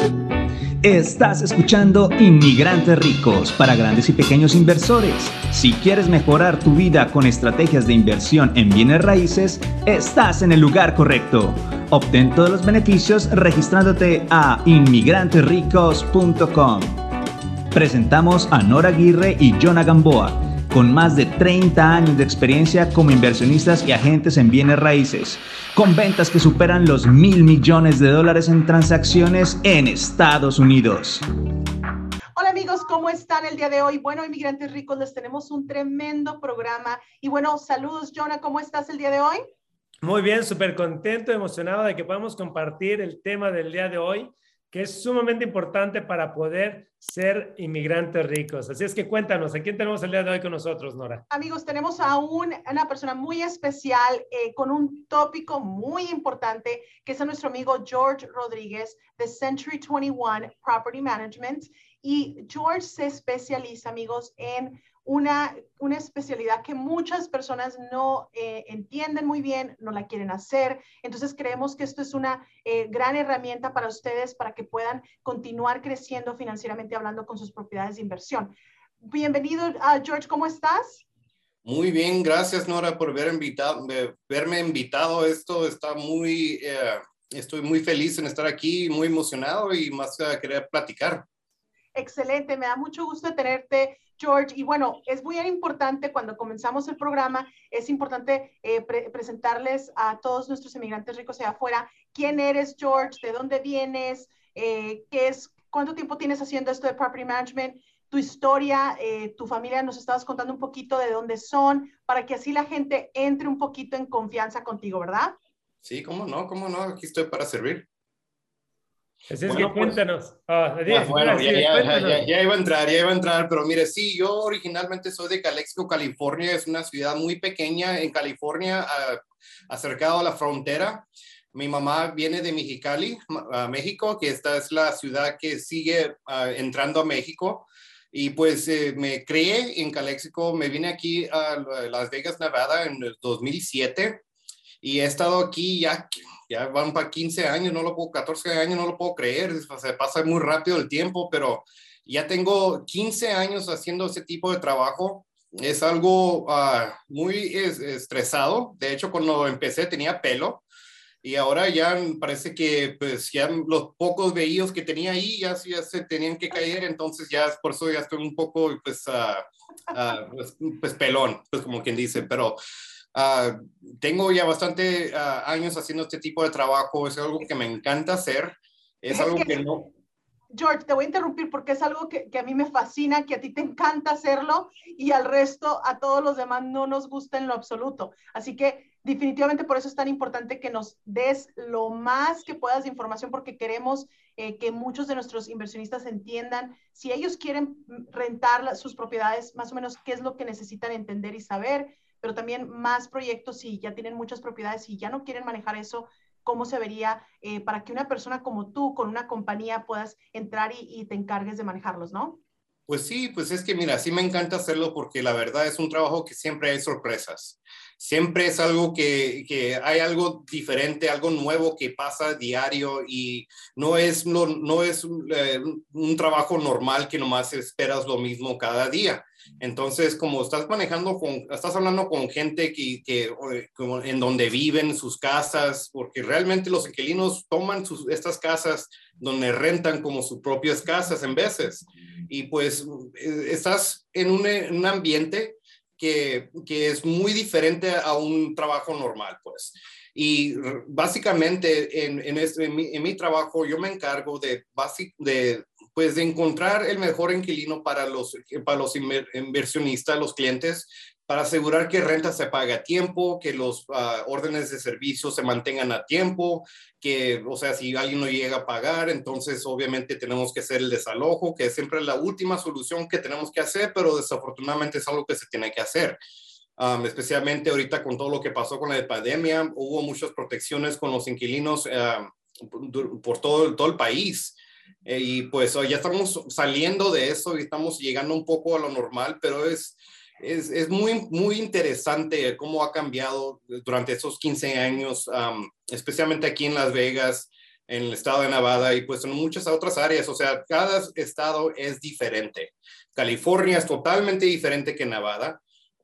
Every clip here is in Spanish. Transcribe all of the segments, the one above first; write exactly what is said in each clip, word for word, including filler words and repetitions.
Estás escuchando Inmigrantes Ricos para grandes y pequeños inversores. Si quieres mejorar tu vida con estrategias de inversión en bienes raíces, estás en el lugar correcto. Obtén todos los beneficios registrándote a inmigrantes ricos punto com. Presentamos a Nora Aguirre y Jonah Gamboa, con más de treinta años de experiencia como inversionistas y agentes en bienes raíces, con ventas que superan los mil millones de dólares en transacciones en Estados Unidos. Hola amigos, ¿cómo están el día de hoy? Bueno, Inmigrantes Ricos, les tenemos un tremendo programa. Y bueno, saludos, Jonah, ¿cómo estás el día de hoy? Muy bien, súper contento, emocionado de que podamos compartir el tema del día de hoy, que es sumamente importante para poder ser inmigrantes ricos. Así es que cuéntanos, ¿a quién tenemos el día de hoy con nosotros, Nora? Amigos, tenemos a un, una persona muy especial eh, con un tópico muy importante, que es a nuestro amigo George Rodríguez de Century veintiuno Property Management. Y George se especializa, amigos, en una, una especialidad que muchas personas no eh, entienden muy bien, no la quieren hacer. Entonces creemos que esto es una eh, gran herramienta para ustedes para que puedan continuar creciendo financieramente hablando con sus propiedades de inversión. Bienvenido, uh, George, ¿cómo estás? Muy bien, gracias Nora por haber invitado, verme invitado. Esto está muy, eh, estoy muy feliz en estar aquí, muy emocionado y más uh, querer platicar. Excelente, me da mucho gusto tenerte, George. Y bueno, es muy importante cuando comenzamos el programa, es importante eh, pre presentarles a todos nuestros inmigrantes ricos allá afuera. ¿Quién eres, George? ¿De dónde vienes? Eh, ¿qué es, ¿Cuánto tiempo tienes haciendo esto de property management? Tu historia, eh, tu familia, nos estabas contando un poquito de dónde son, para que así la gente entre un poquito en confianza contigo, ¿verdad? Sí, cómo no, cómo no, aquí estoy para servir. Así es bueno, que cuéntanos. Pues, oh, ya, bueno, sí, ya, ya, cuéntanos. ya, ya iba a entrar, ya iba a entrar, pero mire, sí, yo originalmente soy de Calexico, California. Es una ciudad muy pequeña en California, uh, acercado a la frontera. Mi mamá viene de Mexicali, uh, México, que esta es la ciudad que sigue uh, entrando a México. Y pues eh, me crié en Calexico, me vine aquí a Las Vegas, Nevada en el dos mil siete. Y he estado aquí ya, ya van para quince años, no lo puedo, catorce años, no lo puedo creer. Se pasa muy rápido el tiempo, pero ya tengo quince años haciendo ese tipo de trabajo. Es algo uh, muy es, estresado. De hecho, cuando empecé tenía pelo y ahora ya parece que pues ya los pocos vellos que tenía ahí ya, ya se tenían que caer. Entonces ya por eso ya estoy un poco pues, uh, uh, pues, pues pelón, pues como quien dice, pero... Uh, tengo ya bastante uh, años haciendo este tipo de trabajo. Es algo que me encanta hacer. Es, es algo que, que no... George, te voy a interrumpir porque es algo que, que a mí me fascina, que a ti te encanta hacerlo y al resto, a todos los demás no nos gusta en lo absoluto. Así que definitivamente por eso es tan importante que nos des lo más que puedas de información, porque queremos eh, que muchos de nuestros inversionistas entiendan si ellos quieren rentar sus propiedades, más o menos qué es lo que necesitan entender y saber, pero también más proyectos si ya tienen muchas propiedades y ya no quieren manejar eso, cómo se vería eh, para que una persona como tú, con una compañía, puedas entrar y, y te encargues de manejarlos, ¿no? Pues sí, pues es que mira, sí me encanta hacerlo porque la verdad es un trabajo que siempre hay sorpresas. Siempre es algo que, que hay algo diferente, algo nuevo que pasa diario y no es, no, no es eh, un trabajo normal que nomás esperas lo mismo cada día. Entonces, como estás manejando, con, estás hablando con gente que, que, en donde viven sus casas, porque realmente los inquilinos toman sus, estas casas donde rentan como sus propias casas en veces. Y pues estás en un, en un ambiente que, que es muy diferente a un trabajo normal, pues. Y básicamente en, en, este, en, mi, en mi trabajo yo me encargo de, de, pues, de encontrar el mejor inquilino para los, para los inversionistas, los clientes, para asegurar que renta se pague a tiempo, que los uh, órdenes de servicio se mantengan a tiempo, que, o sea, si alguien no llega a pagar, entonces obviamente tenemos que hacer el desalojo, que es siempre la última solución que tenemos que hacer, pero desafortunadamente es algo que se tiene que hacer. Um, especialmente ahorita con todo lo que pasó con la pandemia, hubo muchas protecciones con los inquilinos uh, por todo, todo el país. Eh, y pues ya estamos saliendo de eso y estamos llegando un poco a lo normal, pero es... Es, es muy, muy interesante cómo ha cambiado durante esos quince años, um, especialmente aquí en Las Vegas. en el estado de Nevada y pues en muchas otras áreas. O sea, cada estado es diferente. California es totalmente diferente que Nevada.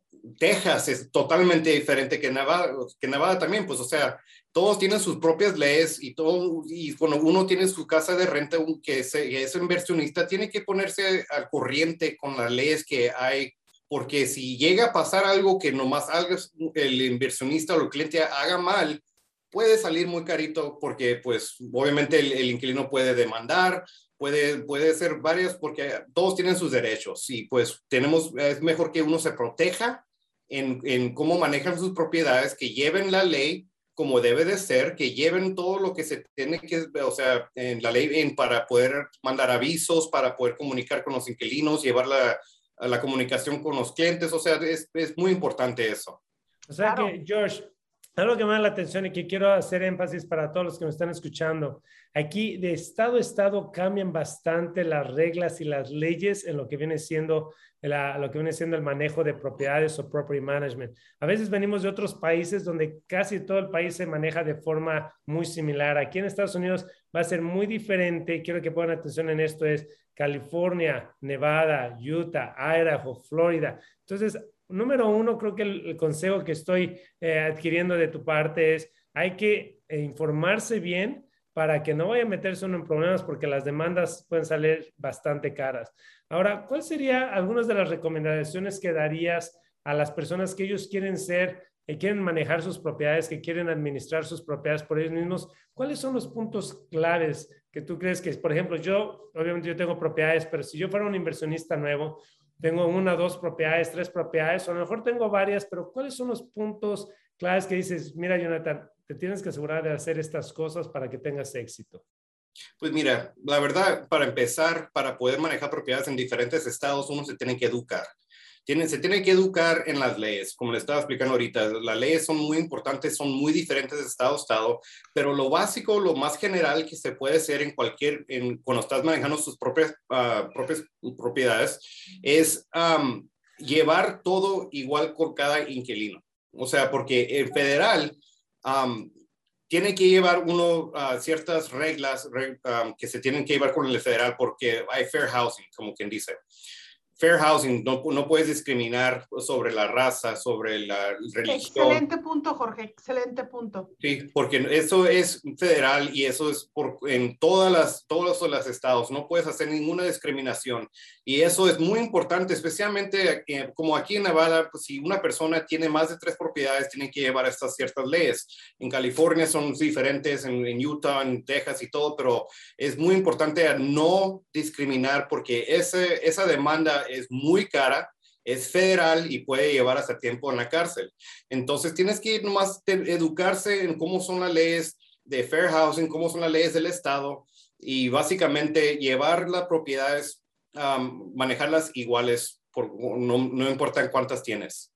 Texas es totalmente diferente que Nevada, que Nevada también, pues, o sea, todos tienen sus propias leyes y todo, y cuando uno tiene su casa de renta, que es, que es inversionista, tiene que ponerse al corriente con las leyes que hay, porque si llega a pasar algo que nomás algo, el inversionista o el cliente haga mal, puede salir muy carito, porque pues obviamente el, el inquilino puede demandar, puede, puede ser varias, porque todos tienen sus derechos y pues tenemos, es mejor que uno se proteja en, en cómo manejan sus propiedades, que lleven la ley como debe de ser, que lleven todo lo que se tiene que, o sea, en la ley en, para poder mandar avisos, para poder comunicar con los inquilinos, llevar la, la comunicación con los clientes, o sea, es, es muy importante eso. O sea Claro. que, George, algo que me da la atención y que quiero hacer énfasis para todos los que me están escuchando, aquí de estado a estado cambian bastante las reglas y las leyes en lo que viene siendo, la, lo que viene siendo el manejo de propiedades o property management. A veces venimos de otros países donde casi todo el país se maneja de forma muy similar. Aquí en Estados Unidos va a ser muy diferente. Quiero que pongan atención en esto, es California, Nevada, Utah, Idaho, Florida. Entonces, número uno, creo que el, el consejo que estoy eh, adquiriendo de tu parte es hay que eh, informarse bien para que no vaya a meterse uno en problemas, porque las demandas pueden salir bastante caras. Ahora, ¿cuál sería algunas de las recomendaciones que darías a las personas que ellos quieren ser, que quieren manejar sus propiedades, que quieren administrar sus propiedades por ellos mismos? ¿Cuáles son los puntos claves que tú crees que, por ejemplo, yo, obviamente yo tengo propiedades, pero si yo fuera un inversionista nuevo, tengo una, dos propiedades, tres propiedades, o a lo mejor tengo varias, pero ¿cuáles son los puntos claves que dices, mira, Jonathan, te tienes que asegurar de hacer estas cosas para que tengas éxito? Pues mira, la verdad, para empezar, para poder manejar propiedades en diferentes estados, uno se tiene que educar. Tienen, se tiene que educar en las leyes, como le estaba explicando ahorita. Las leyes son muy importantes, son muy diferentes de estado a estado, pero lo básico, lo más general que se puede hacer en cualquier, en, cuando estás manejando sus propias, uh, propias propiedades, es um, llevar todo igual con cada inquilino. O sea, porque el federal um, tiene que llevar uno uh, ciertas reglas reg, um, que se tienen que llevar con el federal, porque hay fair housing, como quien dice. Fair housing, no, no puedes discriminar sobre la raza, sobre la religión. Excelente punto, Jorge, excelente punto. Sí, porque eso es federal y eso es por, en todas las, todos los estados. No puedes hacer ninguna discriminación. Y eso es muy importante, especialmente eh, como aquí en Nevada, pues, si una persona tiene más de tres propiedades, tienen que llevar estas ciertas leyes. En California son diferentes, en, en Utah, en Texas y todo, pero es muy importante no discriminar, porque ese, esa demanda es muy cara, es federal y puede llevar hasta tiempo en la cárcel. Entonces tienes que nomás educarse en cómo son las leyes de fair housing, cómo son las leyes del estado y básicamente llevar las propiedades, um, manejarlas iguales, por, no, no importa cuántas tienes.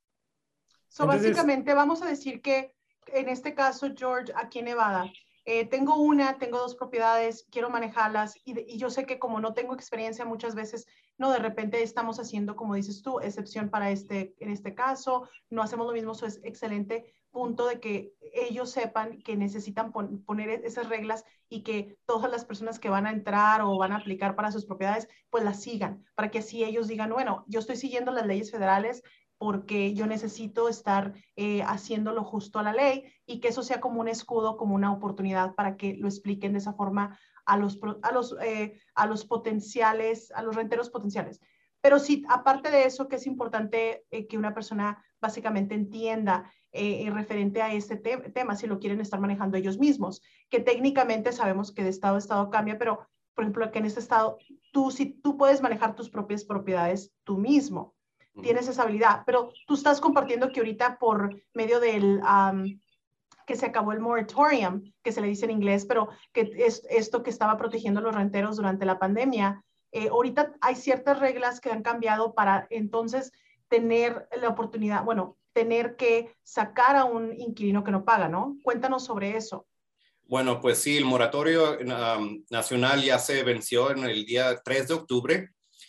So, Entonces, básicamente vamos a decir que en este caso, George, aquí en Nevada, Eh, tengo una, tengo dos propiedades, quiero manejarlas y, y yo sé que como no tengo experiencia muchas veces, no, de repente estamos haciendo, como dices tú, excepción para este, en este caso, no hacemos lo mismo, eso es excelente punto de que ellos sepan que necesitan pon, poner esas reglas y que todas las personas que van a entrar o van a aplicar para sus propiedades, pues las sigan, para que así ellos digan, bueno, yo estoy siguiendo las leyes federales, porque yo necesito estar eh, haciéndolo justo a la ley y que eso sea como un escudo, como una oportunidad para que lo expliquen de esa forma a los, a los, eh, a los potenciales, a los renteros potenciales. Pero sí, aparte de eso, que es importante eh, que una persona básicamente entienda eh, referente a este te tema, si lo quieren estar manejando ellos mismos, que técnicamente sabemos que de estado a estado cambia, pero por ejemplo, que en este estado, tú, si tú puedes manejar tus propias propiedades tú mismo. Tienes esa habilidad, pero tú estás compartiendo que ahorita por medio del um, que se acabó el moratorium, que se le dice en inglés, pero que es esto que estaba protegiendo a los renteros durante la pandemia, eh, ahorita hay ciertas reglas que han cambiado para entonces tener la oportunidad, bueno, tener que sacar a un inquilino que no paga, ¿no? Cuéntanos sobre eso. Bueno, pues sí, el moratorio um, nacional ya se venció en el día tres de octubre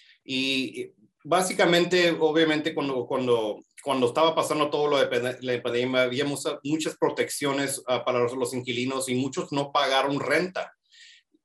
y básicamente, obviamente, cuando, cuando, cuando estaba pasando todo lo de la pandemia, había muchas, muchas protecciones uh, para los, los inquilinos y muchos no pagaron renta.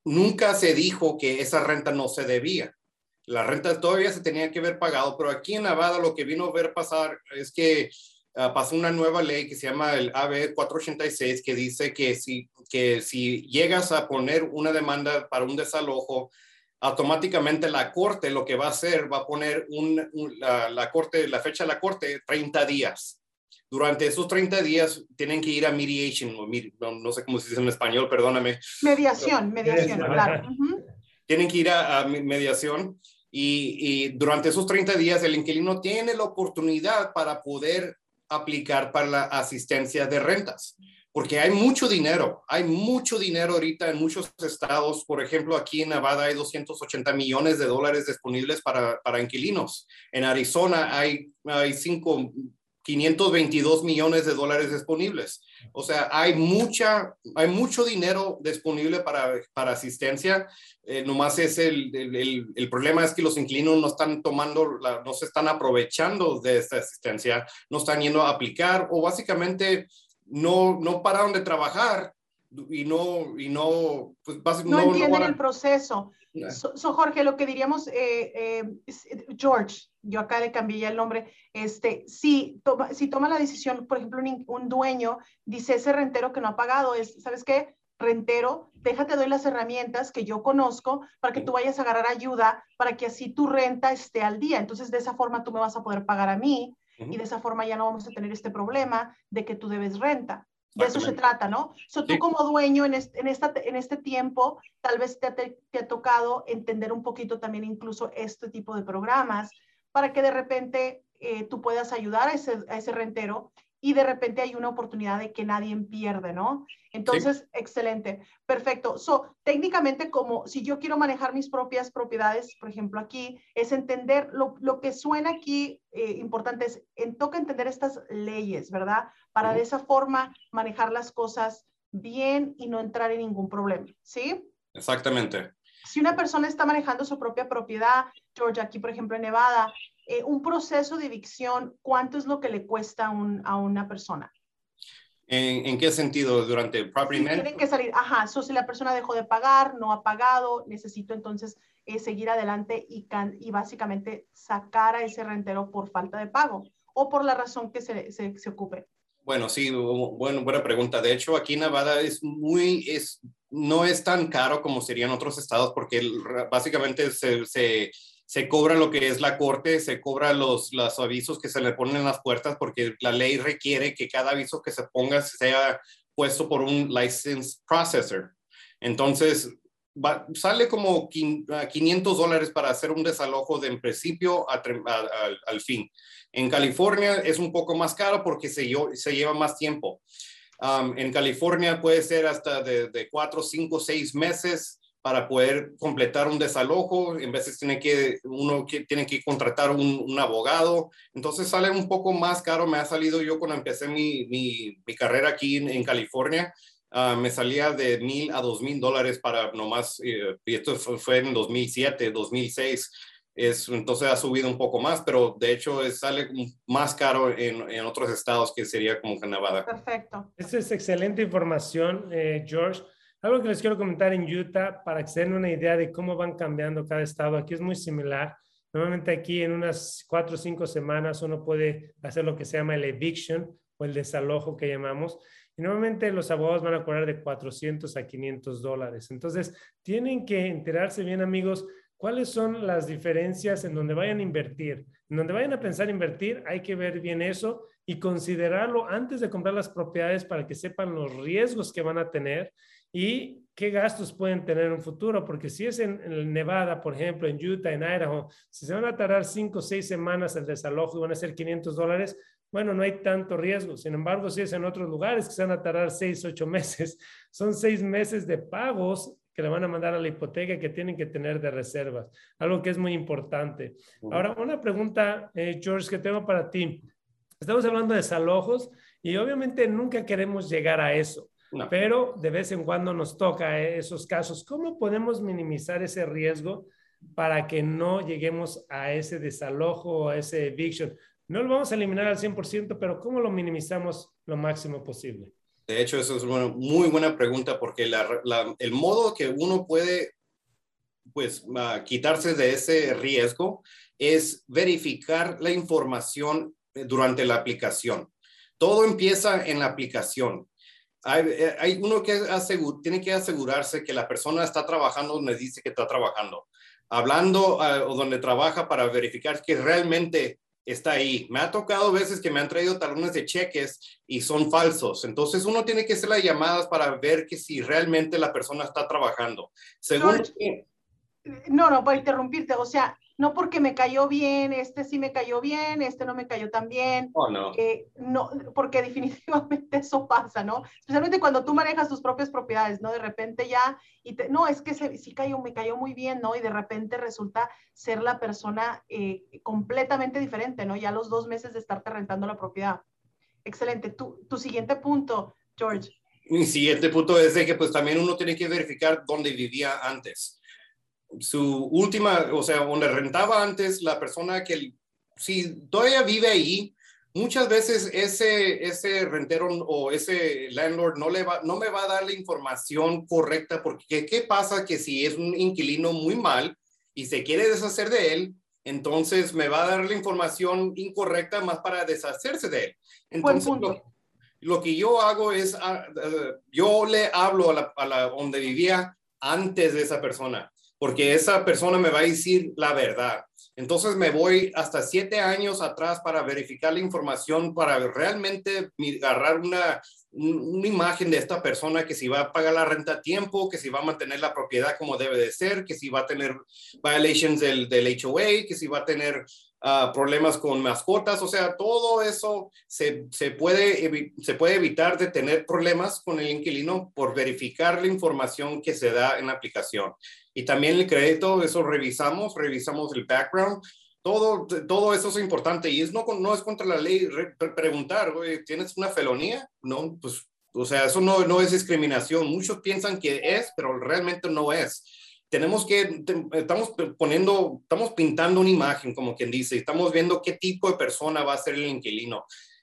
nunca se dijo que esa renta no se debía. La renta todavía se tenía que haber pagado, pero aquí en Nevada lo que vino a ver pasar es que uh, pasó una nueva ley que se llama el A B cuatrocientos ochenta y seis, que dice que si, que si llegas a poner una demanda para un desalojo, automáticamente la corte lo que va a hacer va a poner un, un, la, la, corte, la fecha de la corte treinta días. Durante esos treinta días tienen que ir a mediation, no, no sé cómo se dice en español, perdóname. Mediación, mediación, claro. Uh-huh. Tienen que ir a, a mediación. Y, y durante esos treinta días el inquilino tiene la oportunidad para poder aplicar para la asistencia de rentas, porque hay mucho dinero, hay mucho dinero ahorita en muchos estados. Por ejemplo, aquí en Nevada hay doscientos ochenta millones de dólares disponibles para, para inquilinos. En Arizona hay, hay cinco, quinientos veintidós millones de dólares disponibles. O sea, hay, mucha, hay mucho dinero disponible para, para asistencia. Eh, nomás es el, el, el problema es que los inquilinos no están tomando, la, no se están aprovechando de esta asistencia, no están yendo a aplicar o básicamente no, no pararon de trabajar y no, y no, pues no, no entienden no el proceso. So, so Jorge, lo que diríamos, eh, eh, George, yo acá le cambié ya el nombre, este, si toma, si toma la decisión, por ejemplo, un, un dueño dice ese rentero que no ha pagado, es, ¿sabes qué? Rentero, déjate, doy las herramientas que yo conozco para que tú vayas a agarrar ayuda, para que así tu renta esté al día. Entonces, de esa forma tú me vas a poder pagar a mí y de esa forma ya no vamos a tener este problema de que tú debes renta. De eso se trata, ¿no? So, tú sí. Como dueño en este, en, esta, en este tiempo, tal vez te, te, te ha tocado entender un poquito también incluso este tipo de programas para que de repente eh, tú puedas ayudar a ese, a ese rentero y de repente hay una oportunidad de que nadie pierde, ¿no? Entonces, sí. Excelente, perfecto. So, técnicamente, como si yo quiero manejar mis propias propiedades, por ejemplo, aquí, es entender, lo, lo que suena aquí eh, importante es, en, toca entender estas leyes, ¿verdad? Para uh-huh. de esa forma manejar las cosas bien y no entrar en ningún problema, ¿sí? Exactamente. Si una persona está manejando su propia propiedad, George, aquí, por ejemplo, en Nevada, eh, un proceso de evicción, ¿cuánto es lo que le cuesta un, a una persona? ¿En, ¿En qué sentido? ¿Durante el property sí, man? Tienen que salir, ajá, so, si la persona dejó de pagar, no ha pagado, necesito entonces eh, seguir adelante y, can, y básicamente sacar a ese rentero por falta de pago o por la razón que se, se, se ocupe. Bueno, sí, bueno, buena pregunta. De hecho, aquí en Nevada es muy, es, no es tan caro como sería en otros estados porque básicamente se, se, se cobra lo que es la corte, se cobra los, los avisos que se le ponen en las puertas porque la ley requiere que cada aviso que se ponga sea puesto por un licensed processor. Entonces, va, sale como quinientos dólares para hacer un desalojo de en principio a, a, a, al fin. En California es un poco más caro porque se, se lleva más tiempo. Um, en California puede ser hasta de, de cuatro, cinco, seis meses para poder completar un desalojo. En veces tiene que, uno que, tiene que contratar un, un abogado. Entonces sale un poco más caro. Me ha salido yo cuando empecé mi, mi, mi carrera aquí en, en California. Uh, me salía de mil a dos mil dólares para nomás, eh, y esto fue, fue en dos mil siete, dos mil seis. Es, entonces ha subido un poco más, pero de hecho es, sale más caro en, en otros estados que sería como que Nevada. Perfecto. Esa es excelente información, eh, George. Algo que les quiero comentar en Utah para que se den una idea de cómo van cambiando cada estado. Aquí es muy similar. Normalmente aquí en unas cuatro o cinco semanas uno puede hacer lo que se llama el eviction o el desalojo que llamamos. Y normalmente los abogados van a cobrar de cuatrocientos a quinientos dólares. Entonces tienen que enterarse bien, amigos, ¿cuáles son las diferencias en donde vayan a invertir? En donde vayan a pensar invertir, hay que ver bien eso y considerarlo antes de comprar las propiedades para que sepan los riesgos que van a tener y qué gastos pueden tener en un futuro. Porque si es en, en Nevada, por ejemplo, en Utah, en Idaho, si se van a tardar cinco o seis semanas el desalojo y van a ser quinientos dólares, bueno, no hay tanto riesgo. Sin embargo, si es en otros lugares que se van a tardar seis, ocho meses, son seis meses de pagos que le van a mandar a la hipoteca que tienen que tener de reservas, algo que es muy importante. Ahora, una pregunta, eh, George, que tengo para ti. Estamos hablando de desalojos y obviamente nunca queremos llegar a eso, no. Pero de vez en cuando nos toca esos casos. ¿Cómo podemos minimizar ese riesgo para que no lleguemos a ese desalojo o a ese eviction? No lo vamos a eliminar al cien por ciento, pero ¿cómo lo minimizamos lo máximo posible? De hecho, eso es una muy buena pregunta porque la, la, el modo que uno puede pues, uh, quitarse de ese riesgo es verificar la información durante la aplicación. Todo empieza en la aplicación. Hay, hay uno que asegur, tiene que asegurarse que la persona está trabajando donde dice que está trabajando, hablando uh, o donde trabaja para verificar que realmente está ahí. Me ha tocado veces que me han traído talones de cheques y son falsos. Entonces uno tiene que hacer las llamadas para ver que si realmente la persona está trabajando. Segundo, George, no, no, para interrumpirte, o sea, no porque me cayó bien, este sí me cayó bien, este no me cayó tan bien. Oh, no. Eh, no, porque definitivamente eso pasa, ¿no? Especialmente cuando tú manejas tus propias propiedades, ¿no? De repente ya, y te, no, es que se, sí cayó, me cayó muy bien, ¿no? Y de repente resulta ser la persona eh, completamente diferente, ¿no? Ya los dos meses de estarte rentando la propiedad. Excelente. Tu, tu siguiente punto, George. Mi siguiente punto es de que pues también uno tiene que verificar dónde vivía antes. Su última, o sea, donde rentaba antes, la persona que, si todavía vive ahí, muchas veces ese, ese rentero o ese landlord no, le va, no me va a dar la información correcta, porque ¿qué pasa? Que si es un inquilino muy mal y se quiere deshacer de él, entonces me va a dar la información incorrecta más para deshacerse de él. Entonces, Buen punto. Lo, lo que yo hago es, uh, uh, yo le hablo a la, a la donde vivía antes de esa persona, porque esa persona me va a decir la verdad. Entonces me voy hasta siete años atrás para verificar la información, para realmente agarrar una, una imagen de esta persona, que si va a pagar la renta a tiempo, que si va a mantener la propiedad como debe de ser, que si va a tener violations del, del H O A, que si va a tener uh, problemas con mascotas. O sea, todo eso se, se, puede, se puede evitar de tener problemas con el inquilino por verificar la información que se da en la aplicación. Y también el crédito, eso revisamos, revisamos el background, todo, todo eso es importante. Y es no, no es contra la ley re, preguntar, oye, ¿tienes una felonía? No, pues, o sea, eso no, no es discriminación. Muchos piensan que es, pero realmente no es. Tenemos que, te, estamos poniendo, estamos pintando una imagen, como quien dice, estamos viendo qué tipo de persona va a ser el inquilino.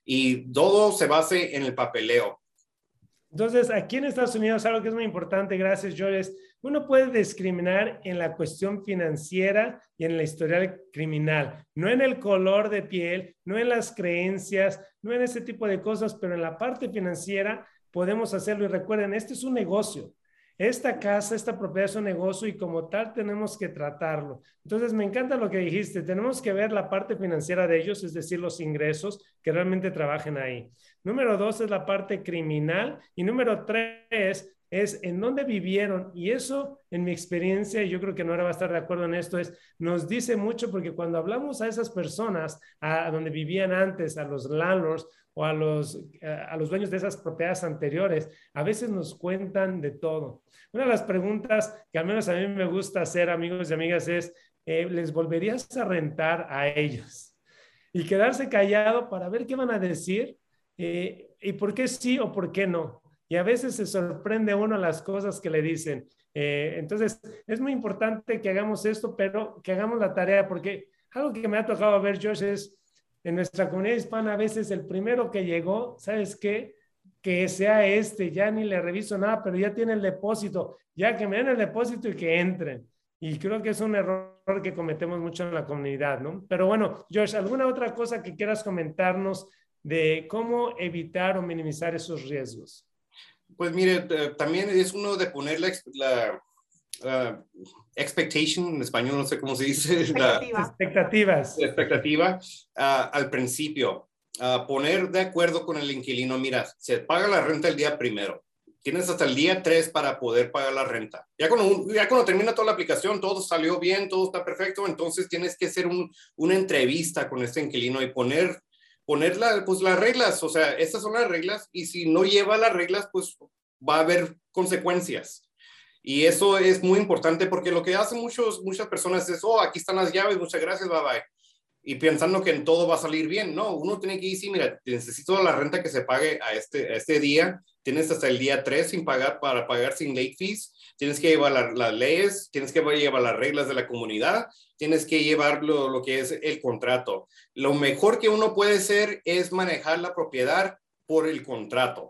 Y todo se basa en el papeleo. Entonces, aquí en Estados Unidos, algo que es muy importante, gracias, George, es uno puede discriminar en la cuestión financiera y en la historial criminal, no en el color de piel, no en las creencias, no en ese tipo de cosas, pero en la parte financiera podemos hacerlo. Y recuerden, este es un negocio. Esta casa, esta propiedad es un negocio y como tal tenemos que tratarlo. Entonces, me encanta lo que dijiste. Tenemos que ver la parte financiera de ellos, es decir, los ingresos que realmente trabajen ahí. Número dos es la parte criminal y número tres es en dónde vivieron. Y eso, en mi experiencia, y yo creo que Nora va a estar de acuerdo en esto, es, nos dice mucho, porque cuando hablamos a esas personas, a donde vivían antes, a los landlords o a los, a los dueños de esas propiedades anteriores, a veces nos cuentan de todo. Una de las preguntas que al menos a mí me gusta hacer, amigos y amigas, es, eh, ¿les volverías a rentar a ellos? Y quedarse callado para ver qué van a decir eh, y por qué sí o por qué no. Y a veces se sorprende uno las cosas que le dicen. Eh, entonces, es muy importante que hagamos esto, pero que hagamos la tarea, porque algo que me ha tocado ver, George, es en nuestra comunidad hispana, a veces el primero que llegó, ¿sabes qué? Que sea este, ya ni le reviso nada, pero ya tiene el depósito, ya que me den el depósito y que entren. Y creo que es un error que cometemos mucho en la comunidad, ¿no? Pero bueno, George, ¿alguna otra cosa que quieras comentarnos de cómo evitar o minimizar esos riesgos? Pues mire, también es uno de poner la, la uh, expectation, en español no sé cómo se dice. Expectativa. La, expectativas. La expectativa uh, al principio. Uh, poner de acuerdo con el inquilino, mira, se paga la renta el día primero. Tienes hasta el día tres para poder pagar la renta. Ya cuando, ya cuando termina toda la aplicación, todo salió bien, todo está perfecto, entonces tienes que hacer un, una entrevista con este inquilino y poner... poner la, pues, las reglas, o sea, estas son las reglas y si no lleva las reglas, pues va a haber consecuencias. Y eso es muy importante porque lo que hacen muchos, muchas personas es, oh, aquí están las llaves, muchas gracias, bye bye. Y pensando que en todo va a salir bien. No, uno tiene que decir, mira, necesito la renta que se pague a este, a este día. Tienes hasta el día tres sin pagar, para pagar sin late fees. Tienes que llevar la, las leyes, tienes que llevar las reglas de la comunidad, tienes que llevar lo, lo que es el contrato. Lo mejor que uno puede hacer es manejar la propiedad por el contrato.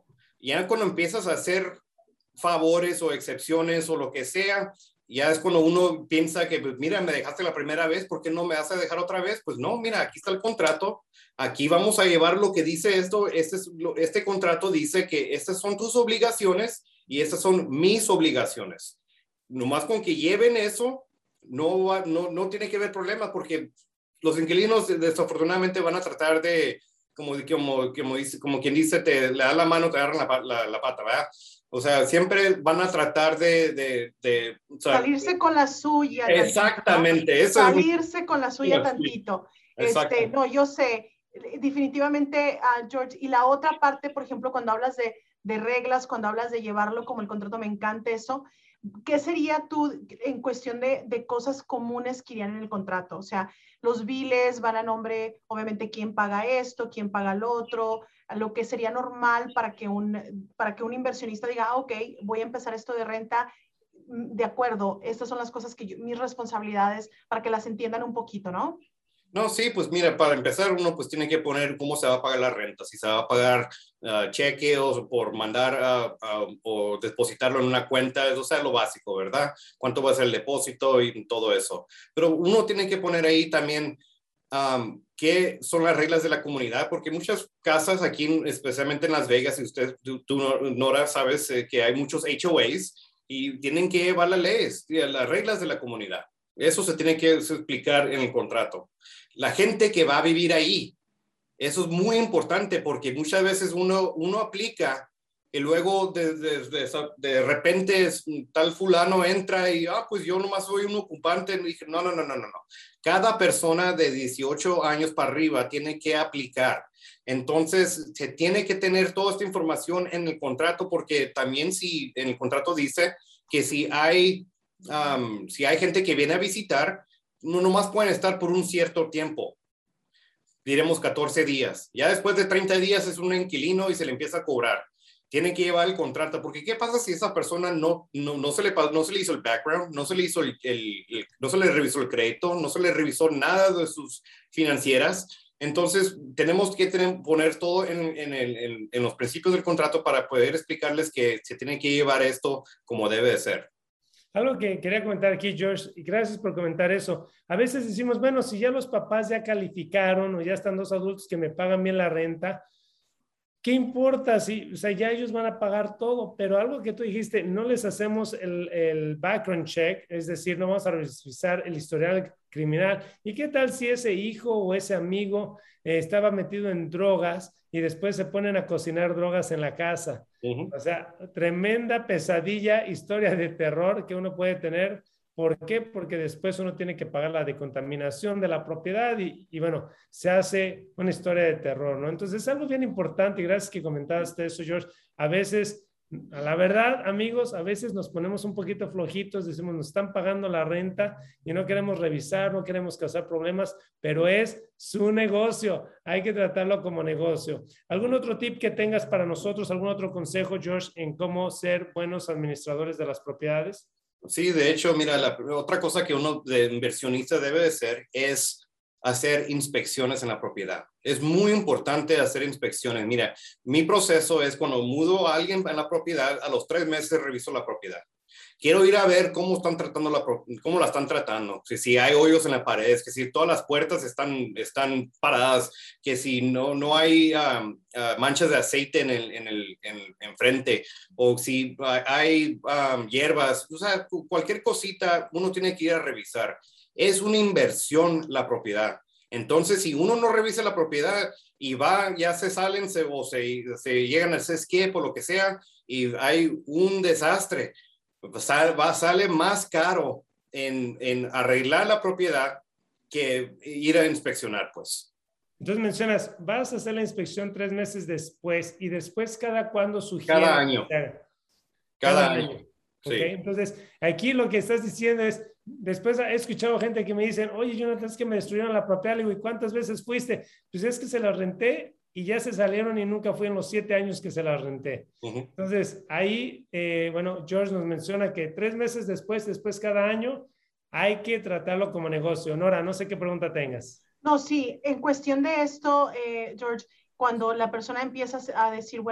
Ya cuando empiezas a hacer favores o excepciones o lo que sea, ya es cuando uno piensa que, pues, mira, me dejaste la primera vez, ¿por qué no me vas a dejar otra vez? Pues no, mira, aquí está el contrato, aquí vamos a llevar lo que dice esto, este, es, este contrato dice que estas son tus obligaciones y estas son mis obligaciones. Nomás con que lleven eso, no, va, no, no tiene que haber problema, porque los inquilinos desafortunadamente van a tratar de, como, como, como, dice, como quien dice, te le da la mano, te agarran la, la, la pata, ¿verdad? O sea, siempre van a tratar de... de, de o sea, salirse con la suya. Exactamente. Tantito, ¿no? Eso salirse es... con la suya sí, tantito. Este, no, yo sé, definitivamente, uh, George. Y la otra parte, por ejemplo, cuando hablas de, de reglas, cuando hablas de llevarlo como el contrato, me encanta eso. ¿Qué sería tú en cuestión de, de cosas comunes que irían en el contrato? O sea, los biles van a nombre, obviamente, quién paga esto, quién paga lo otro, lo que sería normal para que un, para que un inversionista diga, ah, ok, voy a empezar esto de renta, de acuerdo, estas son las cosas que yo, mis responsabilidades, para que las entiendan un poquito, ¿no? No, sí, pues mira, para empezar uno pues tiene que poner cómo se va a pagar la renta, si se va a pagar uh, cheque o por mandar uh, uh, o depositarlo en una cuenta, eso es lo básico, ¿verdad? Cuánto va a ser el depósito y todo eso. Pero uno tiene que poner ahí también um, qué son las reglas de la comunidad, porque muchas casas aquí, especialmente en Las Vegas, y usted, tú, tú Nora, sabes eh, que hay muchos H O As y tienen que llevar las leyes, las reglas de la comunidad. Eso se tiene que explicar en el contrato. La gente que va a vivir ahí, eso es muy importante porque muchas veces uno, uno aplica y luego de, de, de, de repente tal fulano entra y, ah, pues yo nomás soy un ocupante. Y dije, no, no, no, no, no, no. Cada persona de dieciocho años para arriba tiene que aplicar. Entonces, se tiene que tener toda esta información en el contrato porque también si en el contrato dice que si hay, um, si hay gente que viene a visitar, no nomás pueden estar por un cierto tiempo, diremos catorce días. Ya después de treinta días es un inquilino y se le empieza a cobrar. Tienen que llevar el contrato, porque ¿qué pasa si esa persona no, no, no, se, le, no se le hizo el background, no se le hizo el, el, el, no se le revisó el crédito, no se le revisó nada de sus financieras? Entonces, tenemos que tener, poner todo en, en, el, en, en los principios del contrato para poder explicarles que se tiene que llevar esto como debe de ser. Algo que quería comentar aquí, George, y gracias por comentar eso. A veces decimos, bueno, si ya los papás ya calificaron o ya están dos adultos que me pagan bien la renta, ¿qué importa? Si, o sea, ya ellos van a pagar todo, pero algo que tú dijiste, no les hacemos el, el background check, es decir, no vamos a revisar el historial criminal. ¿Y qué tal si ese hijo o ese amigo eh, estaba metido en drogas y después se ponen a cocinar drogas en la casa? Uh-huh. O sea, tremenda pesadilla, historia de terror que uno puede tener. ¿Por qué? Porque después uno tiene que pagar la decontaminación de la propiedad y, y bueno, se hace una historia de terror, ¿no? Entonces es algo bien importante y gracias que comentaste eso, George. A veces, a la verdad, amigos, a veces nos ponemos un poquito flojitos, decimos, nos están pagando la renta y no queremos revisar, no queremos causar problemas, pero es su negocio, hay que tratarlo como negocio. ¿Algún otro tip que tengas para nosotros, algún otro consejo, George, en cómo ser buenos administradores de las propiedades? Sí, de hecho, mira, la otra cosa que uno de inversionista debe de hacer es hacer inspecciones en la propiedad. Es muy importante hacer inspecciones. Mira, mi proceso es cuando mudo a alguien en la propiedad, a los tres meses reviso la propiedad. Quiero ir a ver cómo están tratando la, cómo la están tratando, que si hay hoyos en la pared, que si todas las puertas están, están paradas, que si no, no hay um, uh, manchas de aceite en el, en el en, en frente, o si hay um, hierbas, o sea, cualquier cosita uno tiene que ir a revisar. Es una inversión la propiedad. Entonces, si uno no revisa la propiedad y va, ya se salen se, o se, se llegan al escape o lo que sea, y hay un desastre, va, sale más caro en, en arreglar la propiedad que ir a inspeccionar, pues. Entonces mencionas, vas a hacer la inspección tres meses después y después cada cuándo sugiere. Cada año. Cada, cada año. año. Okay. Sí. Entonces, aquí lo que estás diciendo es, después he escuchado gente que me dicen, oye, Jonathan, es que me destruyeron la propiedad. Le digo, ¿y cuántas veces fuiste? Pues es que se la renté y ya se salieron y nunca fui en los siete años que se las renté. Uh-huh. Entonces, ahí, eh, bueno, George nos menciona que tres meses después, después cada año, hay que tratarlo como negocio. Nora, no sé qué pregunta tengas. No, sí, en cuestión de esto, eh, George, cuando la persona empieza a decir, bueno,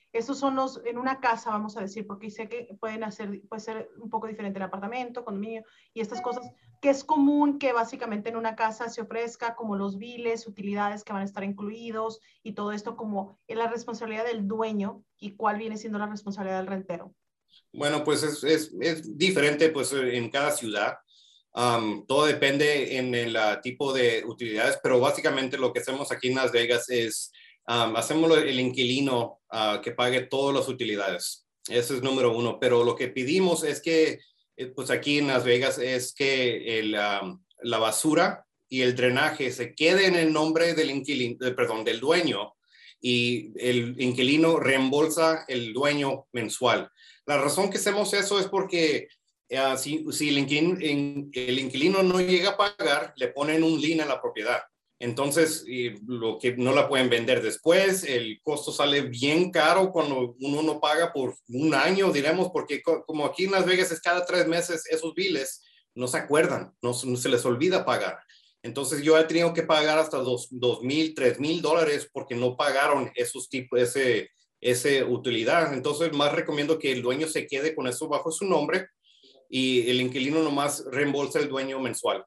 Estos son los, en una casa, vamos a decir, porque sé que pueden hacer, puede ser un poco diferente el apartamento, condominio y estas cosas, que es común que básicamente en una casa se ofrezca como los biles, utilidades que van a estar incluidos y todo esto como es la responsabilidad del dueño y cuál viene siendo la responsabilidad del rentero. Bueno, pues es, es, es diferente pues en cada ciudad. Um, todo depende en el uh, tipo de utilidades, pero básicamente lo que hacemos aquí en Las Vegas es um, hacemos el inquilino uh, que pague todas las utilidades. Ese es número uno, pero lo que pedimos es que, pues aquí en Las Vegas, es que el, um, la basura y el drenaje se quede en el nombre del inquilino, perdón, del dueño, y el inquilino reembolsa el dueño mensual. La razón que hacemos eso es porque Uh, si, si el, inquilino, in, el inquilino no llega a pagar, le ponen un lien a la propiedad. Entonces, y lo que no la pueden vender después, el costo sale bien caro cuando uno no paga por un año, diremos, porque co como aquí en Las Vegas es cada tres meses, esos biles no se acuerdan, no, no se les olvida pagar. Entonces, yo he tenido que pagar hasta dos mil, tres mil dólares porque no pagaron esos tipos, ese, ese utilidad. Entonces, más recomiendo que el dueño se quede con eso bajo su nombre y el inquilino nomás reembolsa el dueño mensual.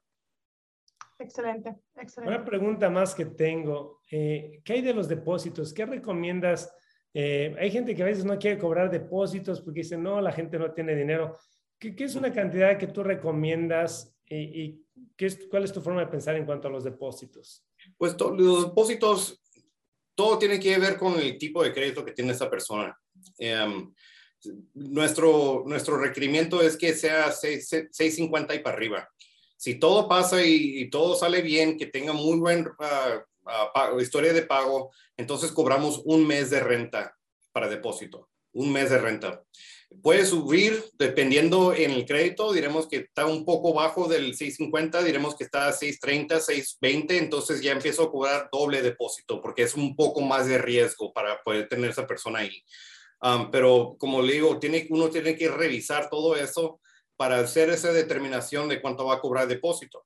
Excelente, excelente. Una pregunta más que tengo. Eh, ¿Qué hay de los depósitos? ¿Qué recomiendas? Eh, hay gente que a veces no quiere cobrar depósitos porque dice, no, la gente no tiene dinero. ¿Qué, qué es una cantidad que tú recomiendas y, y qué es, cuál es tu forma de pensar en cuanto a los depósitos? Pues los depósitos, todo tiene que ver con el tipo de crédito que tiene esa persona. Um, Nuestro, nuestro requerimiento es que sea seis cincuenta y para arriba. Si todo pasa y, y todo sale bien, que tenga muy buena uh, uh, historia de pago, entonces cobramos un mes de renta para depósito. Un mes de renta. Puede subir dependiendo en el crédito. Diremos que está un poco bajo del seis cincuenta, diremos que está a seis treinta, seis veinte, entonces ya empiezo a cobrar doble depósito porque es un poco más de riesgo para poder tener esa persona ahí. Um, pero como le digo, tiene, uno tiene que revisar todo eso para hacer esa determinación de cuánto va a cobrar depósito.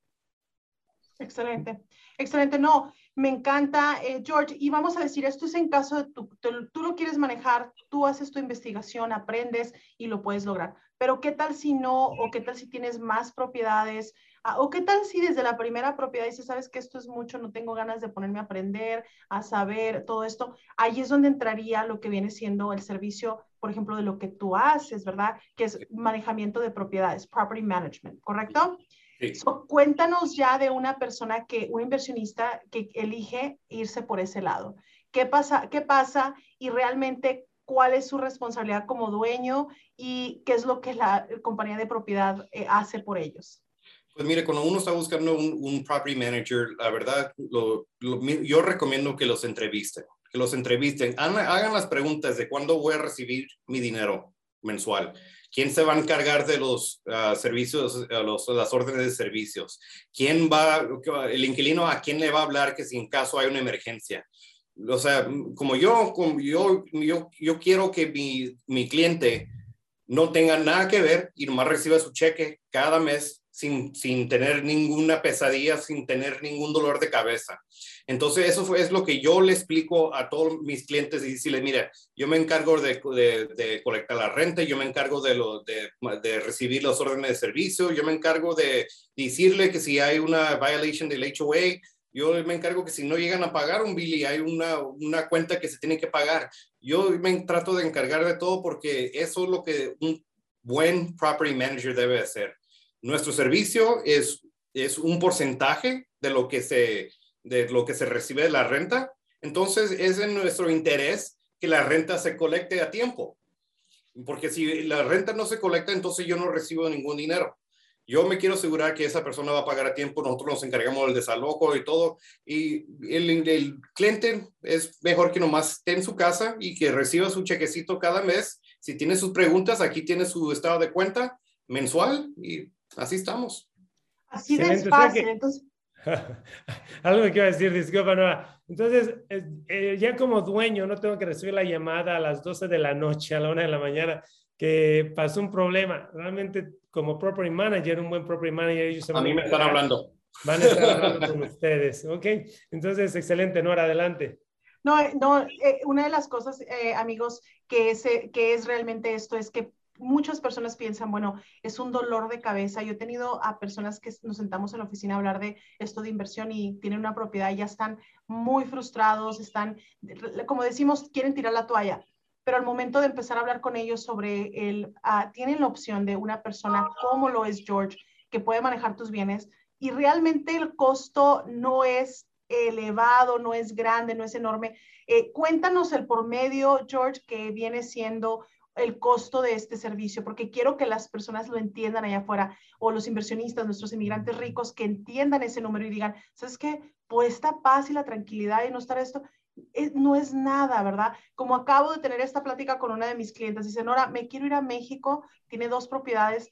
Excelente, excelente. No, me encanta, eh, George. Y vamos a decir, esto es en caso de tú, tú, tú lo quieres manejar, tú haces tu investigación, aprendes y lo puedes lograr. Pero ¿qué tal si no? ¿O qué tal si tienes más propiedades? Ah, ¿o qué tal si desde la primera propiedad dices, sabes que esto es mucho, no tengo ganas de ponerme a aprender, a saber todo esto? Ahí es donde entraría lo que viene siendo el servicio, por ejemplo, de lo que tú haces, ¿verdad? Que es manejamiento de propiedades, property management, ¿correcto? Sí. So, cuéntanos ya de una persona que, un inversionista que elige irse por ese lado. ¿Qué pasa? ¿Qué pasa? Y realmente, ¿cuál es su responsabilidad como dueño? Y qué es lo que la compañía de propiedad eh, hace por ellos. Pues mire, cuando uno está buscando un, un property manager, la verdad, lo, lo, yo recomiendo que los entrevisten, que los entrevisten, hagan, hagan las preguntas de cuándo voy a recibir mi dinero mensual. ¿Quién se va a encargar de los uh, servicios, uh, los, las órdenes de servicios? ¿Quién va, el inquilino, a quién le va a hablar que si en caso hay una emergencia? O sea, como yo, como yo, yo, yo quiero que mi, mi cliente no tenga nada que ver y nomás reciba su cheque cada mes sin, sin tener ninguna pesadilla, sin tener ningún dolor de cabeza. Entonces, eso fue, es lo que yo le explico a todos mis clientes y decirle, mira, yo me encargo de, de, de colectar la renta, yo me encargo de, lo, de, de recibir las órdenes de servicio, yo me encargo de decirle que si hay una violation del H O A, yo me encargo que si no llegan a pagar un bill y hay una, una cuenta que se tiene que pagar, yo me trato de encargar de todo porque eso es lo que un buen property manager debe hacer. Nuestro servicio es, es un porcentaje de lo que se, de lo que se recibe de la renta. Entonces, es en nuestro interés que la renta se colecte a tiempo. Porque si la renta no se colecta, entonces yo no recibo ningún dinero. Yo me quiero asegurar que esa persona va a pagar a tiempo, nosotros nos encargamos del desalojo y todo, y el, el cliente es mejor que nomás esté en su casa y que reciba su chequecito cada mes. Si tiene sus preguntas, aquí tiene su estado de cuenta mensual y así estamos. Así de fácil, que... entonces... Algo que iba a decir, disculpa, Nora. Entonces, eh, ya como dueño no tengo que recibir la llamada a las doce de la noche, a la una de la mañana, que pasó un problema. Realmente, como property manager, un buen property manager, ellos se van a mí me están hablando. Van a estar hablando con ustedes. Ok, entonces, excelente, Nora, adelante. No, no, eh, una de las cosas, eh, amigos, que es, eh, que es realmente esto, es que muchas personas piensan, bueno, es un dolor de cabeza. Yo he tenido a personas que nos sentamos en la oficina a hablar de esto de inversión y tienen una propiedad y ya están muy frustrados, están, como decimos, quieren tirar la toalla. Pero al momento de empezar a hablar con ellos sobre el, uh, tienen la opción de una persona como lo es George, que puede manejar tus bienes y realmente el costo no es elevado, no es grande, no es enorme. Eh, cuéntanos el por medio, George, que viene siendo el costo de este servicio, porque quiero que las personas lo entiendan allá afuera, o los inversionistas, nuestros inmigrantes ricos, que entiendan ese número y digan, ¿sabes qué? Pues esta paz y la tranquilidad y no estar esto, es, no es nada, ¿verdad? Como acabo de tener esta plática con una de mis clientes, dice, Nora, me quiero ir a México, tiene dos propiedades,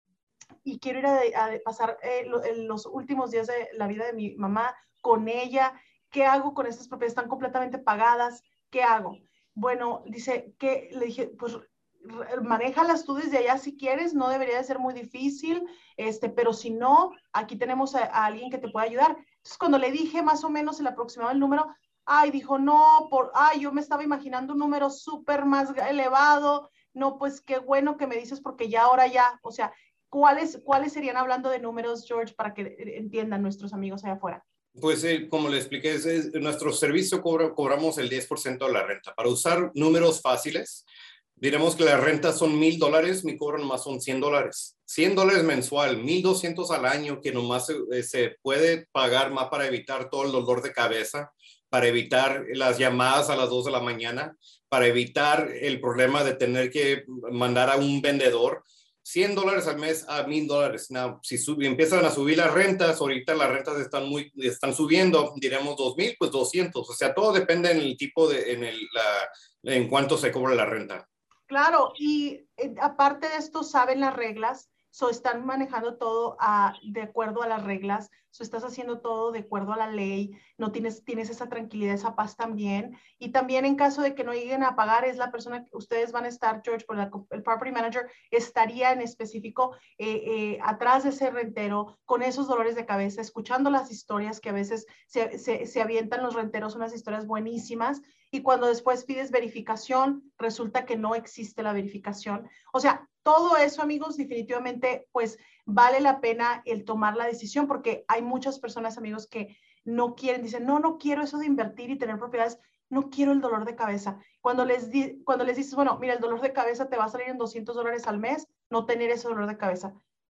y quiero ir a, a pasar eh, lo, los últimos días de la vida de mi mamá con ella. ¿Qué hago con estas propiedades? Están completamente pagadas. ¿Qué hago? Bueno, dice que le dije, pues manéjalas tú desde allá si quieres, no debería de ser muy difícil, este, pero si no, aquí tenemos a, a alguien que te puede ayudar. Entonces, cuando le dije más o menos el aproximado del número, ay, dijo, no, por, ay, yo me estaba imaginando un número súper más elevado. No, pues qué bueno que me dices porque ya ahora ya, o sea, ¿cuáles, cuáles serían, hablando de números, George, para que entiendan nuestros amigos allá afuera? Pues eh, como le expliqué, es, es, nuestro servicio cobra, cobramos el diez por ciento de la renta. Para usar números fáciles, diremos que las rentas son mil dólares, mi cobro nomás son cien dólares. cien dólares mensual, mil doscientos al año, que nomás se, se puede pagar más para evitar todo el dolor de cabeza, para evitar las llamadas a las dos de la mañana, para evitar el problema de tener que mandar a un vendedor. cien dólares al mes a mil dólares. Now, si sub, empiezan a subir las rentas, ahorita las rentas están, muy, están subiendo, diremos dos mil, pues doscientos. O sea, todo depende en el tipo de, en, el, la, en cuánto se cobra la renta. Claro, y eh, aparte de esto, saben las reglas, so están manejando todo a, de acuerdo a las reglas, so estás haciendo todo de acuerdo a la ley, no tienes, tienes esa tranquilidad, esa paz también. Y también en caso de que no lleguen a pagar, es la persona que ustedes van a estar, George, por la, el property manager estaría en específico eh, eh, atrás de ese rentero, con esos dolores de cabeza, escuchando las historias que a veces se, se, se avientan los renteros, unas historias buenísimas. Y cuando después pides verificación, resulta que no existe la verificación. O sea, todo eso, amigos, definitivamente, pues vale la pena el tomar la decisión, porque hay muchas personas, amigos, que no quieren, dicen, no, no quiero eso de invertir y tener propiedades, no quiero el dolor de cabeza. Cuando les, di, cuando les dices, bueno, mira, el dolor de cabeza te va a salir en doscientos dólares al mes, no tener ese dolor de cabeza.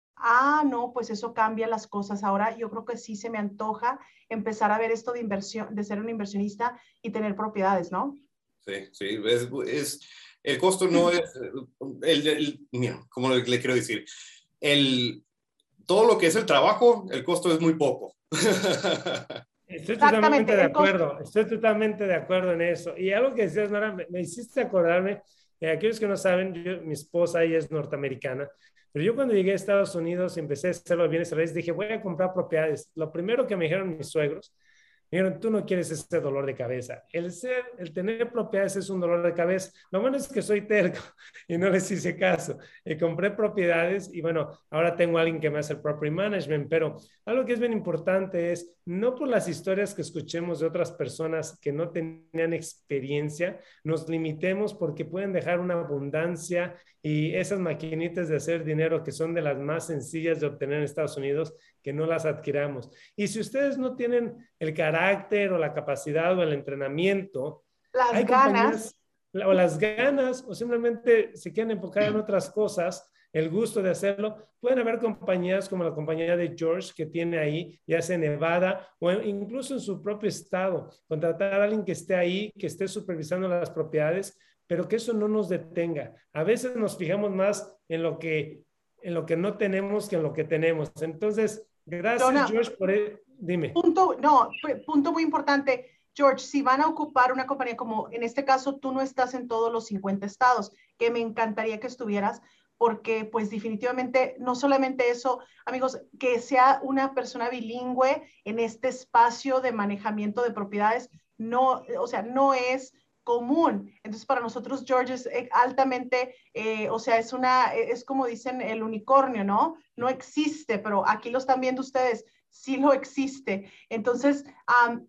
Ah, no, pues eso cambia las cosas. Ahora yo creo que sí se me antoja empezar a ver esto de inversión, de ser un inversionista y tener propiedades, ¿no? Sí, sí, es, es el costo no es, el, el, mira, como le, le quiero decir, el, todo lo que es el trabajo, el costo es muy poco. Estoy totalmente de acuerdo, estoy totalmente de acuerdo en eso. Y algo que decías, Nora, me, me hiciste acordarme, eh, aquellos que no saben, yo, mi esposa, ella es norteamericana, pero yo cuando llegué a Estados Unidos y empecé a hacer los bienes raíces, dije, voy a comprar propiedades. Lo primero que me dijeron mis suegros, me dijeron, tú no quieres ese dolor de cabeza. El ser, el tener propiedades es un dolor de cabeza. Lo bueno es que soy terco y no les hice caso. Y compré propiedades y bueno, ahora tengo a alguien que me hace el property management, pero algo que es bien importante es, no por las historias que escuchemos de otras personas que no tenían experiencia, nos limitemos porque pueden dejar una abundancia y esas maquinitas de hacer dinero que son de las más sencillas de obtener en Estados Unidos, que no las adquiramos. Y si ustedes no tienen el carácter o la capacidad o el entrenamiento, las hay ganas o las ganas o simplemente se quieren enfocar en otras cosas, el gusto de hacerlo, pueden haber compañías como la compañía de George que tiene ahí, ya sea en Nevada o incluso en su propio estado, contratar a alguien que esté ahí, que esté supervisando las propiedades, pero que eso no nos detenga. A veces nos fijamos más en lo que, en lo que no tenemos que en lo que tenemos. Entonces, gracias, Donna, George, por el, dime. Punto, no, punto muy importante. George, si van a ocupar una compañía como en este caso, tú no estás en todos los cincuenta estados, que me encantaría que estuvieras, porque pues definitivamente no solamente eso, amigos, que sea una persona bilingüe en este espacio de manejamiento de propiedades, no, o sea, no es común. Entonces, para nosotros, George es altamente, eh, o sea, es una, es como dicen el unicornio, ¿no? No existe, pero aquí lo están viendo ustedes, sí lo existe. Entonces, um,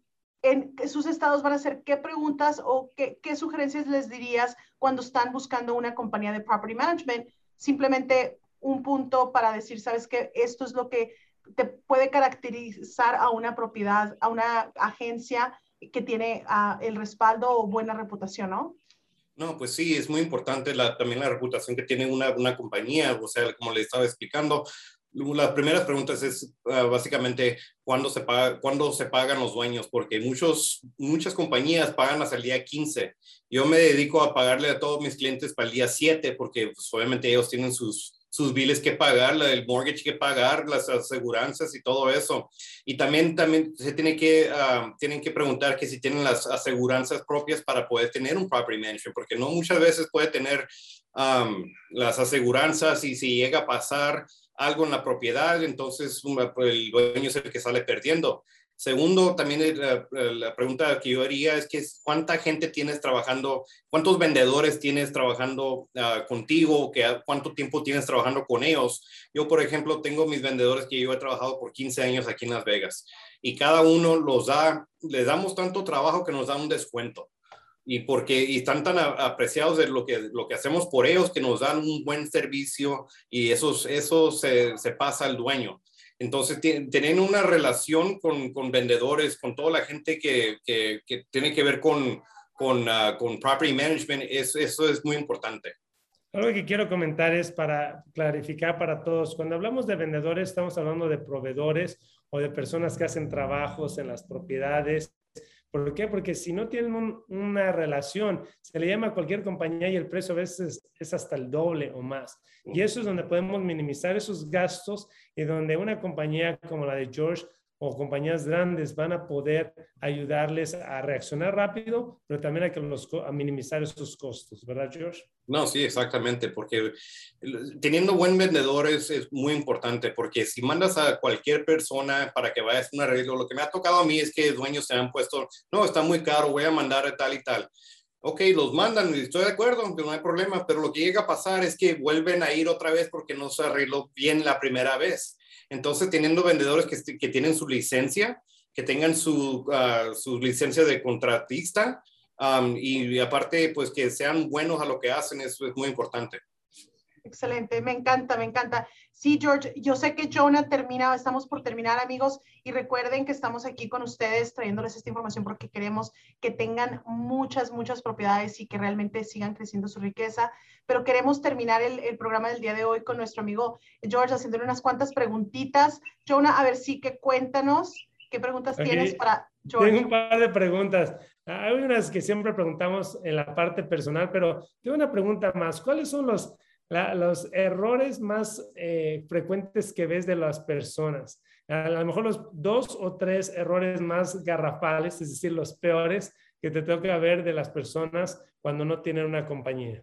en sus estados van a ser qué preguntas o qué, qué sugerencias les dirías cuando están buscando una compañía de property management. Simplemente un punto para decir, sabes que esto es lo que te puede caracterizar a una propiedad, a una agencia que tiene uh, el respaldo o buena reputación, ¿no? No, pues sí, es muy importante la, también la reputación que tiene una, una compañía, o sea, como le estaba explicando, las primeras preguntas es uh, básicamente ¿cuándo se, paga, cuándo se pagan los dueños, porque muchos, muchas compañías pagan hasta el día quince. Yo me dedico a pagarle a todos mis clientes para el día siete, porque pues, obviamente ellos tienen sus, sus biles que pagar, el mortgage que pagar, las aseguranzas y todo eso. Y también, también se tiene que, uh, tienen que preguntar que si tienen las aseguranzas propias para poder tener un property management, porque no muchas veces puede tener um, las aseguranzas y si llega a pasar algo en la propiedad, entonces el dueño es el que sale perdiendo. Segundo, también la, la pregunta que yo haría es que cuánta gente tienes trabajando, cuántos vendedores tienes trabajando uh, contigo, que, cuánto tiempo tienes trabajando con ellos. Yo, por ejemplo, tengo mis vendedores que yo he trabajado por quince años aquí en Las Vegas y cada uno los da, les damos tanto trabajo que nos da un descuento. Y porque y están tan apreciados de lo que, lo que hacemos por ellos que nos dan un buen servicio y eso, eso se, se pasa al dueño. Entonces, tienen una relación con, con vendedores, con toda la gente que, que, que tiene que ver con, con, uh, con property management, es, eso es muy importante. Algo que quiero comentar es para clarificar para todos. Cuando hablamos de vendedores, estamos hablando de proveedores o de personas que hacen trabajos en las propiedades. ¿Por qué? Porque si no tienen un, una relación, se le llama a cualquier compañía y el precio a veces es hasta el doble o más. Y eso es donde podemos minimizar esos gastos y donde una compañía como la de George o compañías grandes van a poder ayudarles a reaccionar rápido, pero también a, que los, a minimizar esos costos, ¿verdad, George? No, sí, exactamente, porque teniendo buen vendedor es, es muy importante, porque si mandas a cualquier persona para que vaya a hacer un arreglo, lo que me ha tocado a mí es que dueños se han puesto, no, está muy caro, voy a mandar a tal y tal. Ok, los mandan, estoy de acuerdo, no hay problema, pero lo que llega a pasar es que vuelven a ir otra vez porque no se arregló bien la primera vez. Entonces, teniendo vendedores que, que tienen su licencia, que tengan su, uh, su licencia de contratista, Um, y aparte, pues que sean buenos a lo que hacen, eso es muy importante. Excelente, me encanta, me encanta. Sí, George, yo sé que Jonah termina, estamos por terminar, amigos, y recuerden que estamos aquí con ustedes trayéndoles esta información porque queremos que tengan muchas, muchas propiedades y que realmente sigan creciendo su riqueza, pero queremos terminar el, el programa del día de hoy con nuestro amigo George haciéndole unas cuantas preguntitas. Jonah, a ver sí que cuéntanos qué preguntas Aquí tienes para George. Tengo un par de preguntas. Hay unas que siempre preguntamos en la parte personal, pero tengo una pregunta más. ¿Cuáles son los, la, los errores más eh, frecuentes que ves de las personas? A lo mejor los dos o tres errores más garrafales, es decir, los peores que te toca ver de las personas cuando no tienen una compañía.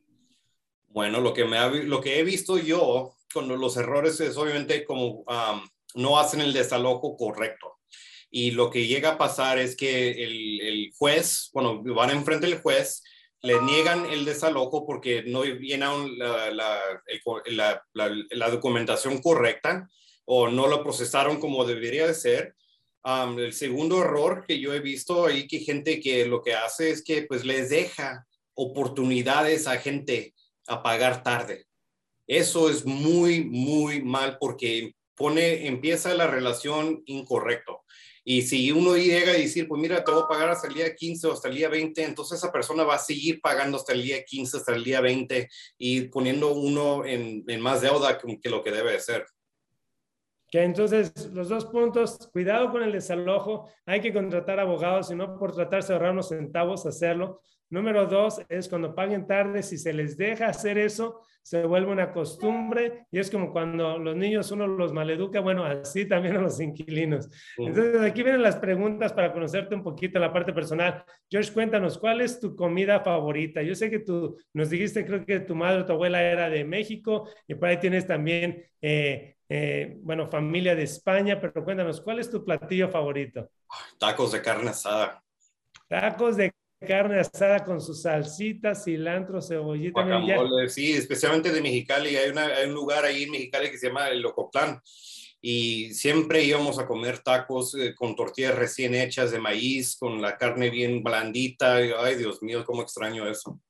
Bueno, lo que, me ha, lo que he visto yo con los errores es obviamente como um, no hacen el desalojo correcto. Y lo que llega a pasar es que el, el juez, bueno, van enfrente del juez, le niegan el desalojo porque no llenan la, la, el, la, la, la documentación correcta o no lo procesaron como debería de ser. Um, el segundo error que yo he visto ahí, que gente que lo que hace es que pues les deja oportunidades a gente a pagar tarde. Eso es muy, muy mal porque pone, empieza la relación incorrecto. Y si uno llega a decir, pues mira, te voy a pagar hasta el día quince o hasta el día veinte, entonces esa persona va a seguir pagando hasta el día quince, hasta el día veinte y poniendo uno en, en más deuda que, que lo que debe de ser. Que entonces, los dos puntos, cuidado con el desalojo, hay que contratar abogados y no por tratarse de ahorrar unos centavos hacerlo. Número dos es cuando paguen tarde, si se les deja hacer eso, se vuelve una costumbre y es como cuando los niños uno los maleduca, bueno, así también a los inquilinos. Entonces, aquí vienen las preguntas para conocerte un poquito en la parte personal. George, cuéntanos, ¿cuál es tu comida favorita? Yo sé que tú nos dijiste, creo que tu madre o tu abuela era de México y por ahí tienes también, eh, eh, bueno, familia de España, pero cuéntanos, ¿cuál es tu platillo favorito? Tacos de carne asada. Tacos de carne asada con su salsita, cilantro, cebollita. Guacamole, sí, especialmente de Mexicali. Hay, una, hay un lugar ahí en Mexicali que se llama el Ocotlán. y siempre íbamos a comer tacos eh, con tortillas recién hechas de maíz, con la carne bien blandita. Y, ay, Dios mío, cómo extraño eso.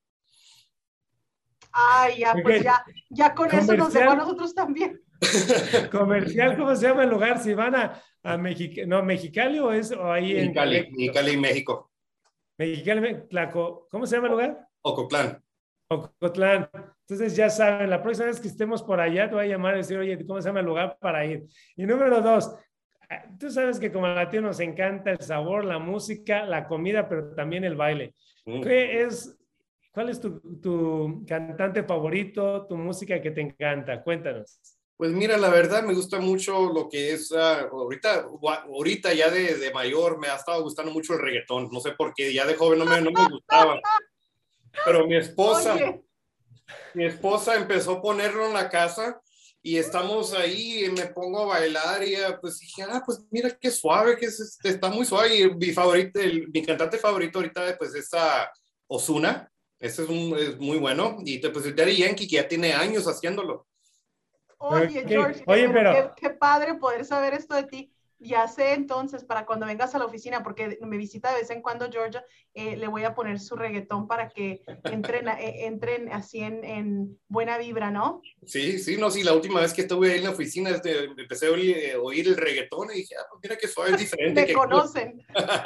Ay, ya, pues ya, ya con eso nos dejó a nosotros también. Comercial, ¿cómo se llama el lugar? Si van a, a Mexicali, no, Mexicali o es o ahí Mexicali, en Mexicali, México. Mexicali, Tlaco, ¿cómo se llama el lugar? Ocotlán. Ocotlán. Entonces ya saben, la próxima vez que estemos por allá te voy a llamar y decir, oye, ¿cómo se llama el lugar para ir? Y número dos, tú sabes que como latinos nos encanta el sabor, la música, la comida, pero también el baile. Mm. ¿Qué es, cuál es tu, tu cantante favorito, tu música que te encanta? Cuéntanos. Pues mira, la verdad me gusta mucho lo que es, uh, ahorita, ahorita ya de, de mayor me ha estado gustando mucho el reggaetón. No sé por qué, ya de joven no me, no me gustaba. Pero mi esposa, Oye. mi esposa empezó a ponerlo en la casa y estamos ahí y me pongo a bailar y pues dije, ah, pues mira qué suave, que es, este, está muy suave. Y mi favorito, el, mi cantante favorito ahorita pues es Ozuna. Ese es, un, es muy bueno. Y pues el Daddy Yankee que ya tiene años haciéndolo. Oye, George, Oye, qué, pero... qué, qué padre poder saber esto de ti. Ya sé entonces para cuando vengas a la oficina, porque me visita de vez en cuando Georgia, eh, le voy a poner su reggaetón para que entren, eh, entren así en, en buena vibra, ¿no? Sí, sí, no, sí, la última vez que estuve ahí en la oficina este, empecé a oír, eh, oír el reggaetón y dije, ah, pues mira que suave, es diferente. Me que... conocen.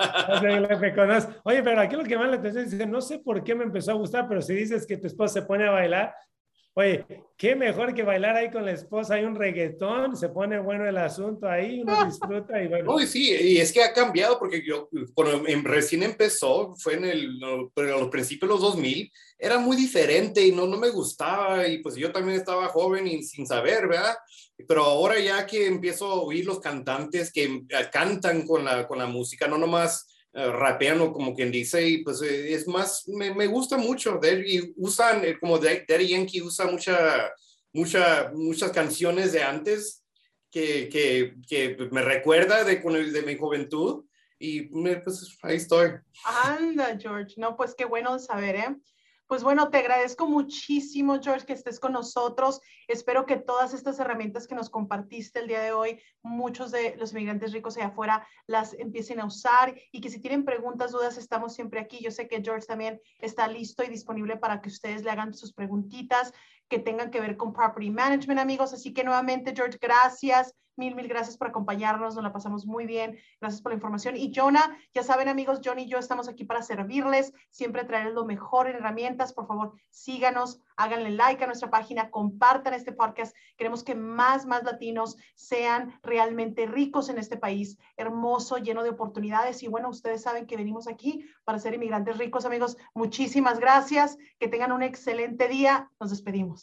Me conocen. Oye, pero aquí lo que más la atención es, no sé por qué me empezó a gustar, pero si dices que tu esposa se pone a bailar, oye, qué mejor que bailar ahí con la esposa, hay un reggaetón, se pone bueno el asunto ahí, uno disfruta y bueno. Uy, sí, y es que ha cambiado porque yo, cuando recién empezó, fue en el, pero a los principios de los dos mil, era muy diferente y no, no me gustaba y pues yo también estaba joven y sin saber, ¿verdad? Pero ahora ya que empiezo a oír los cantantes que cantan con la, con la música, no nomás Uh, rapeando como quien dice y pues eh, es más, me, me gusta mucho de, y usan, eh, como Daddy Yankee usa mucha, mucha, muchas canciones de antes que, que, que me recuerda de, de mi juventud y me, pues ahí estoy. Anda, George, no, pues qué bueno saber, ¿eh? Pues bueno, te agradezco muchísimo, George, que estés con nosotros. Espero que todas estas herramientas que nos compartiste el día de hoy, muchos de los inmigrantes ricos allá afuera las empiecen a usar y que si tienen preguntas, dudas, estamos siempre aquí. Yo sé que George también está listo y disponible para que ustedes le hagan sus preguntitas que tengan que ver con property management, amigos. Así que nuevamente, George, gracias. Mil, mil gracias por acompañarnos, nos la pasamos muy bien, gracias por la información. Y Jonah, ya saben amigos, John y yo estamos aquí para servirles, siempre traerles lo mejor en herramientas. Por favor, síganos, háganle like a nuestra página, compartan este podcast. Queremos que más, más latinos sean realmente ricos en este país, hermoso, lleno de oportunidades. Y bueno, ustedes saben que venimos aquí para ser inmigrantes ricos, amigos. Muchísimas gracias, que tengan un excelente día, nos despedimos.